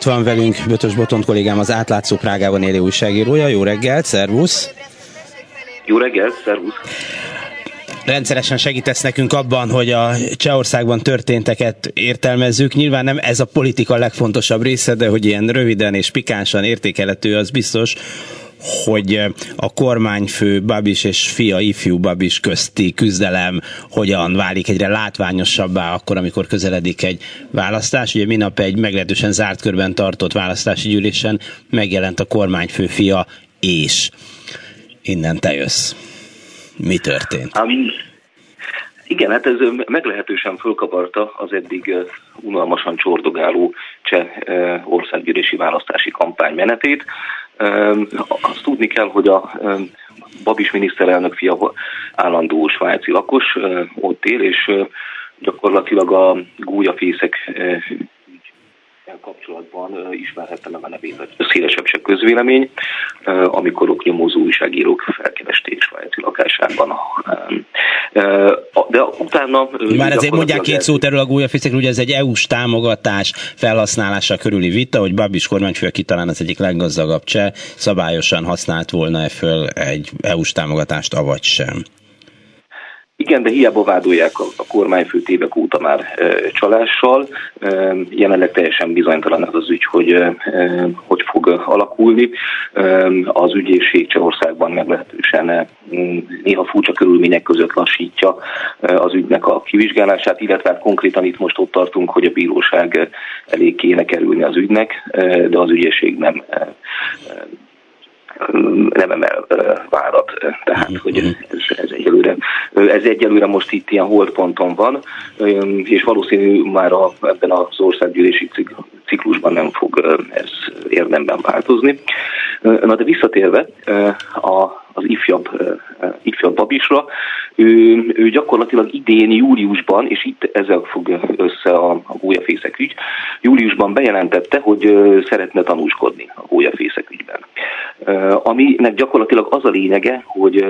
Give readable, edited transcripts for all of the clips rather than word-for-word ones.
Itt van velünk Bötös Botont kollégám, az Átlátszó Prágában élő újságírója. Jó reggelt, szervusz! Jó reggelt, szervusz! Rendszeresen segítesz nekünk abban, hogy a Csehországban történteket értelmezzük. Nyilván nem ez a politika legfontosabb része, de hogy ilyen röviden és pikánsan értékelhető, az biztos, hogy a kormányfő Babis és fia ifjú Babis közti küzdelem hogyan válik egyre látványosabbá akkor, amikor közeledik egy választás. Ugye minap egy meglehetősen zárt körben tartott választási gyűlésen megjelent a kormányfő fia, és innen te jössz. Mi történt? Igen, hát ez meglehetősen fölkavarta az eddig unalmasan csordogáló cseh országgyűlési választási kampány menetét. Azt tudni kell, hogy a Babis miniszterelnök fia állandó svájci lakos, ott él, és gyakorlatilag a gólyafészek kapcsolatban ismerhette meg a nevét a szélesebb közvélemény, amikor oknyomozó újságírók felkeresték svájci lakásában. De utána... Már azért mondják két szót erről a gólyafészekről, ugye ez egy EU-s támogatás felhasználása körüli vita, hogy Babis kormányfő, aki talán az egyik leggazdagabb cseh, szabályosan használt volna föl egy EU-s támogatást, avagy sem. Igen, de hiába vádolják a kormányfőt évek óta már csalással. Jelenleg teljesen bizonytalan ez az ügy, hogy fog alakulni. Az ügyészség Csehországban meglehetősen néha furcsa körülmények között lassítja az ügynek a kivizsgálását, illetve hát konkrétan itt most ott tartunk, hogy a bíróság elé kéne kerülni az ügynek, de az ügyészség nem emel várat. Tehát, hogy ez egyelőre most itt ilyen holdponton van, és valószínű már ebben az országgyűlési ciklusban nem fog ez érdemben változni. Na de visszatérve az ifjabb Babisra, ő gyakorlatilag idén júliusban, és itt ezzel fog össze a gólyafészek ügy, júliusban bejelentette, hogy szeretne tanúskodni a gólyafészek ügyben. Aminek gyakorlatilag az a lényege, hogy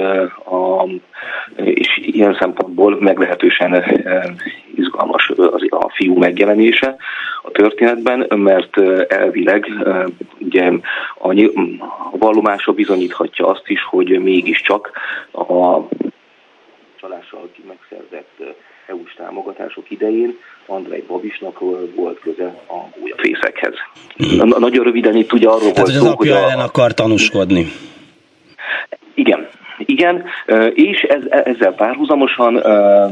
és ilyen szempontból meglehetősen izgalmas a fiú megjelenése a történetben, mert elvileg ugye a vallomása bizonyíthatja azt is, hogy mégiscsak a csalással megszerzett EU-s támogatások idején Andrej Babisnak volt köze a gólyafészekhez. Nagyon röviden itt ugye arról volt szó, hogy az apja ellen akar tanúskodni. Igen, és ezzel párhuzamosan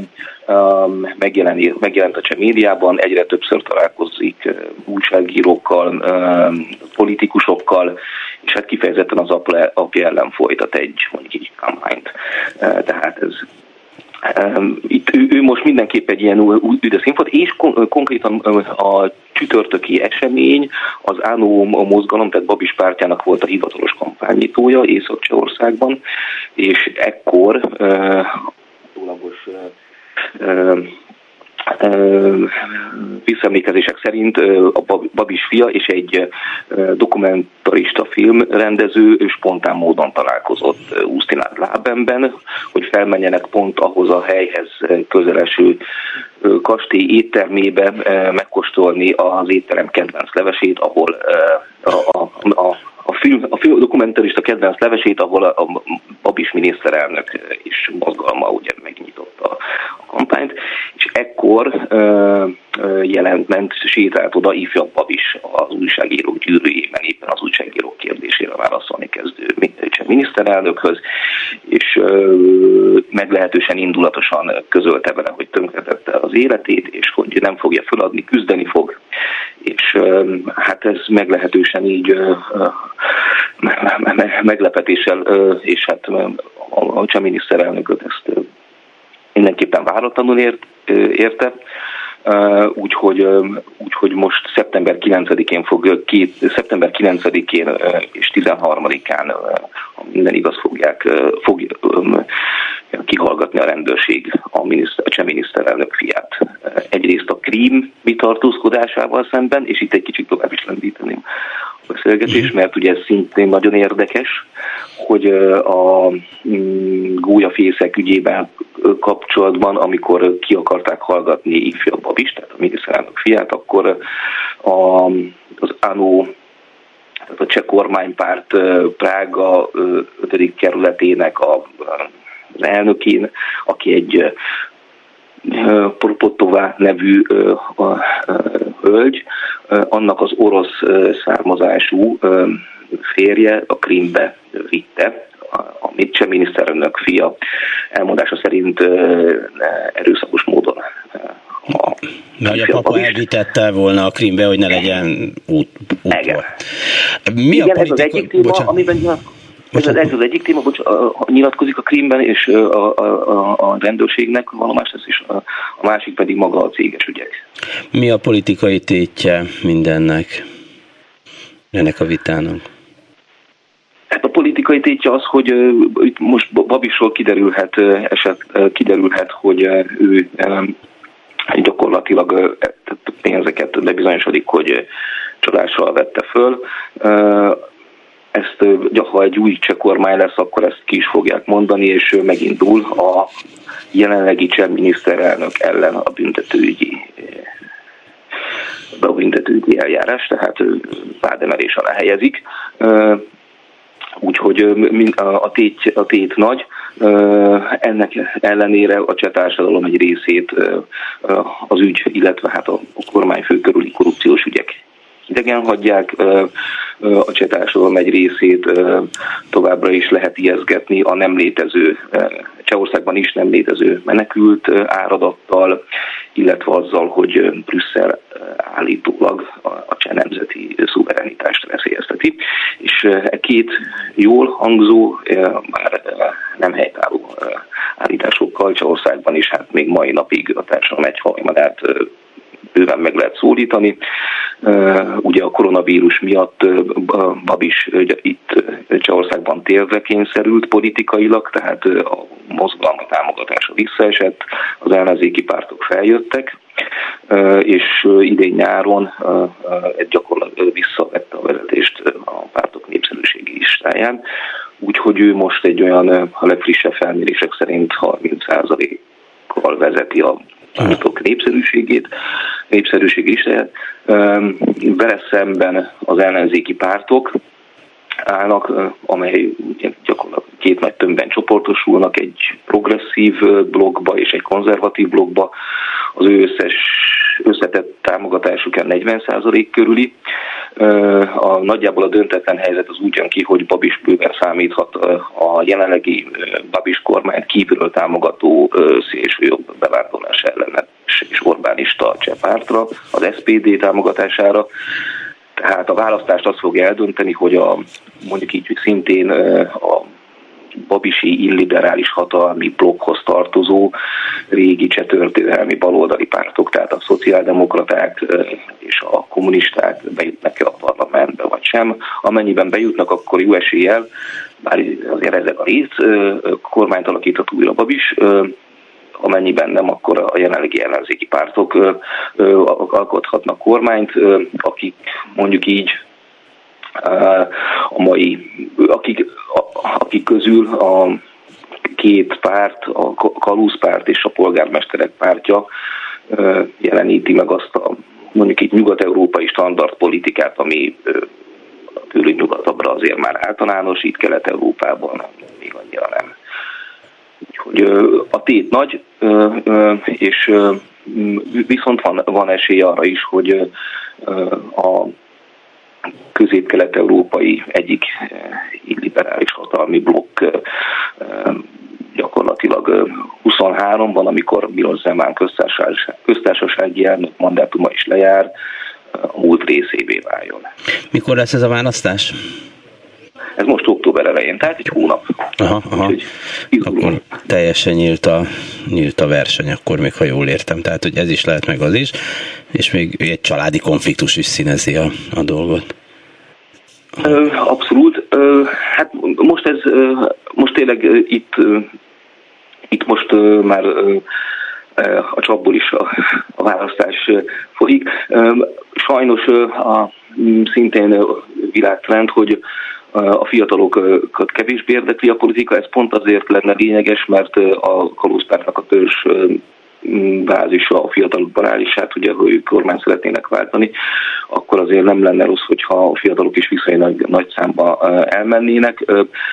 megjelent a cseh médiában, egyre többször találkozik újságírókkal, politikusokkal, és hát kifejezetten az apja ellen folytat mondjuk így kampányt. Tehát ez itt ő most mindenképp egy ilyen üdeszínfot, és konkrétan a csütörtöki esemény az ANO mozgalom, tehát Babis pártjának volt a hivatalos kampánynyitója Észak-Csehországban, és ekkor visszaemlékezések szerint a Babis fia és egy dokumentarista filmrendező spontán módon találkozott Úsztinát Lábenben, hogy felmenjenek pont ahhoz a helyhez közeleső kastély éttermébe megkóstolni az étterem kedvenc levesét, ahol a film dokumentarista kedvenc levesét, ahol a Babis miniszterelnök és mozgalma ugye megnyitotta a kampányt, és ekkor sétált oda ifjabb Babis az újságírók gyűrűjében, éppen az újságírók kérdésére válaszolni kezdő miniszterelnökhöz, és meglehetősen indulatosan közölte vele, hogy tönkretette az életét, és hogy nem fogja feladni, küzdeni fog, és hát ez meglehetősen így meglepetéssel, és hát a cseh miniszterelnököt ezt mindenképpen váratlanul érte, úgyhogy most szeptember 9-én szeptember 9-én és 13-án, ha minden igaz, fog kihallgatni a rendőrség a cseh miniszterelnök fiát. Egyrészt a krími tartózkodásával szemben, és itt egy kicsit tovább is lendíteném a beszélgetés, mert ugye ez szintén nagyon érdekes, hogy a gólyafészek ügyében kapcsolatban, amikor ki akarták hallgatni ifjabb Babist, tehát a miniszterelnök fiát, akkor az ANO, tehát a cseh kormánypárt Prága 5. kerületének az elnökén, aki egy Propottová nevű hölgy, annak az orosz származású férje a Krímbe vitte, amit cseh miniszterelnök fia elmondása szerint erőszakos módon. Mert a papa elvitette volna a Krímbe, hogy ne legyen útból. Igen, ez az egyik téma, amiben ez az egyik téma, nyilatkozik a Krímben, és a rendőrségnek valomás lesz, és a másik pedig maga a céges ügyek. Mi a politikai tétje mindennek, ennek a vitának? Hát a politikai tétje az, hogy itt most Babisról kiderülhet, hogy ő gyakorlatilag pénzeket bebizonyosodik, hogy csalással vette föl. Ezt, ha egy új cseh kormány lesz, akkor ezt ki is fogják mondani, és megindul a jelenlegi cseh miniszterelnök ellen a büntetőügyi eljárás, tehát vádemelés alá helyezik. Úgyhogy a tét nagy, ennek ellenére a cseh társadalom egy részét az ügy, illetve hát a kormányfő körüli korrupciós ügyek idegen hagyják, a cseh társadalom egy részét továbbra is lehet ijesztgetni a nem létező, Csehországban is nem létező menekült áradattal, illetve azzal, hogy Brüsszel állítólag a cseh nemzeti szuverenitást veszélyezteti. És két jól hangzó, már nem helytálló állításokkal Csehországban is, hát még mai napig a társadalom egyharmadát bőven meg lehet szólítani. Ugye a koronavírus miatt Babis itt Csehországban térre kényszerült politikailag, tehát a mozgalma támogatása visszaesett, az ellenzéki pártok feljöttek, és idén nyáron gyakorlatilag visszavette a vezetést a pártok népszerűségi listáján, úgyhogy ő most egy olyan, a legfrissebb felmérések szerint 30%-kal vezeti a pártok népszerűségi listáját. Vele szemben az ellenzéki pártok állnak, amely gyakorlatilag két nagy tömbben csoportosulnak, egy progresszív blokkba és egy konzervatív blokkba. Az ő összetett támogatásuk 40% körüli. Nagyjából a döntetlen helyzet az úgy jön ki, hogy Babis bőven számíthat a jelenlegi Babis kormányt kívülről támogató szélsőjobb bevándorlás ellenes és Orbánista cseh pártra, az SPD támogatására. Tehát a választást azt fogja eldönteni, hogy mondjuk így szintén a babisi illiberális hatalmi blokkhoz tartozó régi cseh történelmi baloldali pártok, tehát a szociáldemokraták és a kommunisták bejutnak el a parlamentbe, vagy sem. Amennyiben bejutnak, akkor jó eséllyel, bár azért ezek a rész, kormányt alakíthat újra Babis, amennyiben nem, akkor a jelenlegi ellenzéki pártok alkothatnak kormányt, akik mondjuk így akik közül a két párt, a Kalusz-párt és a polgármesterek pártja jeleníti meg azt a mondjuk így nyugat-európai standardpolitikát, ami tőlük nyugatabbra azért már általános, itt Kelet-Európában még annyira nem. Úgyhogy a tét nagy, és viszont van esély arra is, hogy a közép-kelet-európai egyik illiberális hatalmi blokk gyakorlatilag 23-ban, amikor Miloš Zeman köztársasági elnök mandátuma is lejár, a múlt részévé váljon. Mikor lesz ez a választás? Ez most október elején, tehát egy hónap. Aha. Akkor teljesen nyílt a verseny, akkor még ha jól értem. Tehát, hogy ez is lehet, meg az is. És még egy családi konfliktus is színezi a dolgot. Abszolút. Hát most tényleg itt most már a csapból is a választás folyik. Sajnos szintén világtrend, hogy a fiatalokat kevésbé érdekli a politika, ez pont azért lenne lényeges, mert a Kalusz-pártnak a törzs bázisa a fiatalokban áll, és hát ugye, ha ők kormányt szeretnének váltani, akkor azért nem lenne rossz, hogyha a fiatalok is viszonylag nagy számba elmennének.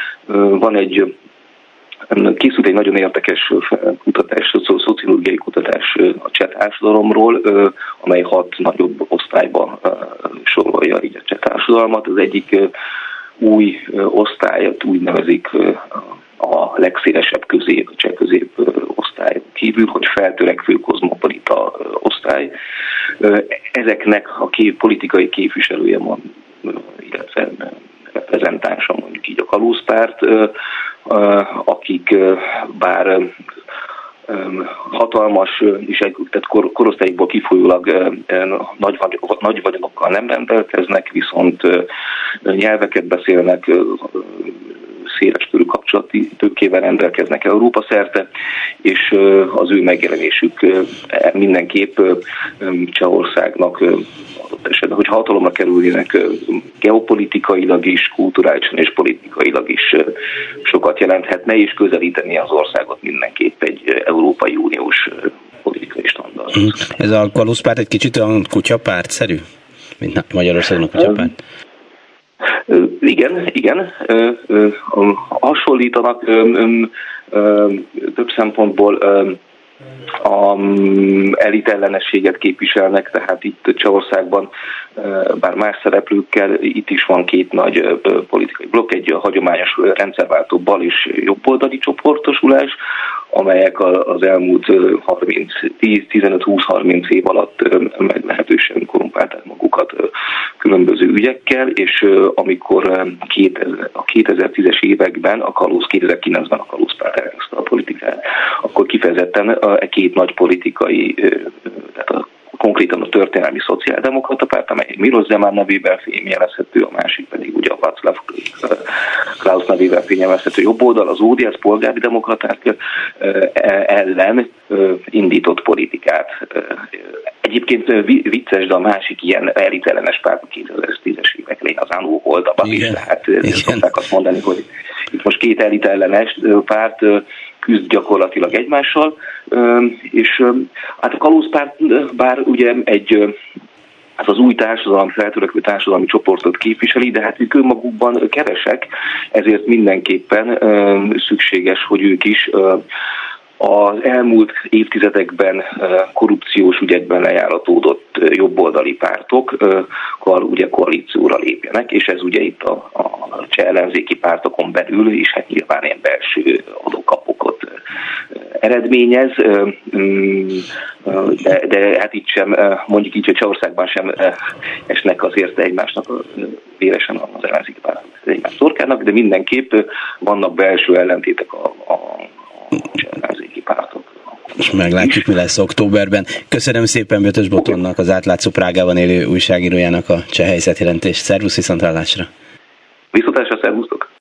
Készült egy nagyon érdekes kutatás, szociológiai kutatás a cseh társadalomról, amely 6 nagyobb osztályba sorolja így a cseh társadalmat. Az egyik új osztályt úgy nevezik a legszélesebb cseh közép osztály kívül, hogy feltörekvő kozmopolita osztály. Ezeknek a politikai képviselője van, illetve reprezentánsa mondjuk így a Kalusz-párt, akik bár hatalmas és tehát korosztályukból kifolyólag nagy vagyonokkal nem rendelkeznek, viszont nyelveket beszélnek, széles körű kapcsolati tőkével rendelkeznek Európa szerte, és az ő megjelenésük mindenképp Csehországnak adott esetben, hogy hatalomra kerüljenek, geopolitikailag is, kulturálisan és politikailag is sokat jelenthetne, és közelíteni az országot mindenképp egy Európai Uniós politikai standardhoz. Ez a Kalusz-párt egy kicsit olyan kutyapártszerű, mint Magyarországon a kutyapárt? Igen. Hasonlítanak több szempontból elitellenességet képviselnek, tehát itt Csehországban, bár más szereplőkkel, itt is van 2 nagy politikai blokk, egy hagyományos rendszerváltó bal és jobboldali csoportosulás, amelyek az elmúlt 15-20-30 év alatt meglehetősen korrumpálták magukat különböző ügyekkel, és amikor a 2010-es években 2009-ben a Kalusz-párt elkezdte a politikát, akkor kifejezetten 2 nagy politikai, tehát konkrétan a történelmi szociáldemokrata párt, amely Miloš Zeman nevével fényjelezhető, a másik pedig ugye a Václav Klaus nevével fényjelezhető jobboldal, az ODS polgári demokraták ellen indított politikát. Egyébként vicces, de a másik ilyen elitellenes párt a 2010-es évek elején az ANU volt, abban is, tehát szokták azt mondani, hogy itt most 2 elitellenes párt küzd gyakorlatilag egymással, és hát a Kalusz-párt bár ugye az új társadalom, feltörekvő társadalmi csoportot képviseli, de hát ők önmagukban kevesek, ezért mindenképpen szükséges, hogy ők is az elmúlt évtizedekben korrupciós ügyekben lejáratódott jobboldali pártokkal ugye koalícióra lépjenek, és ez ugye itt a cseh ellenzéki pártokon belül is hát nyilván ilyen belső adókapokot eredményez, de hát itt sem, mondjuk így, hogy Csehországban sem esnek azért egymásnak véresen az ellenzéki pártok egymás torkának, de mindenképp vannak belső ellentétek a ellenzéki pártok. És meglátjuk, mi lesz októberben. Köszönöm szépen Bötös Botondnak, az Átlátszó Prágában élő újságírójának a cseh helyzetjelentést. Szervusz, viszonthallásra! Viszontlátásra, szervusztok!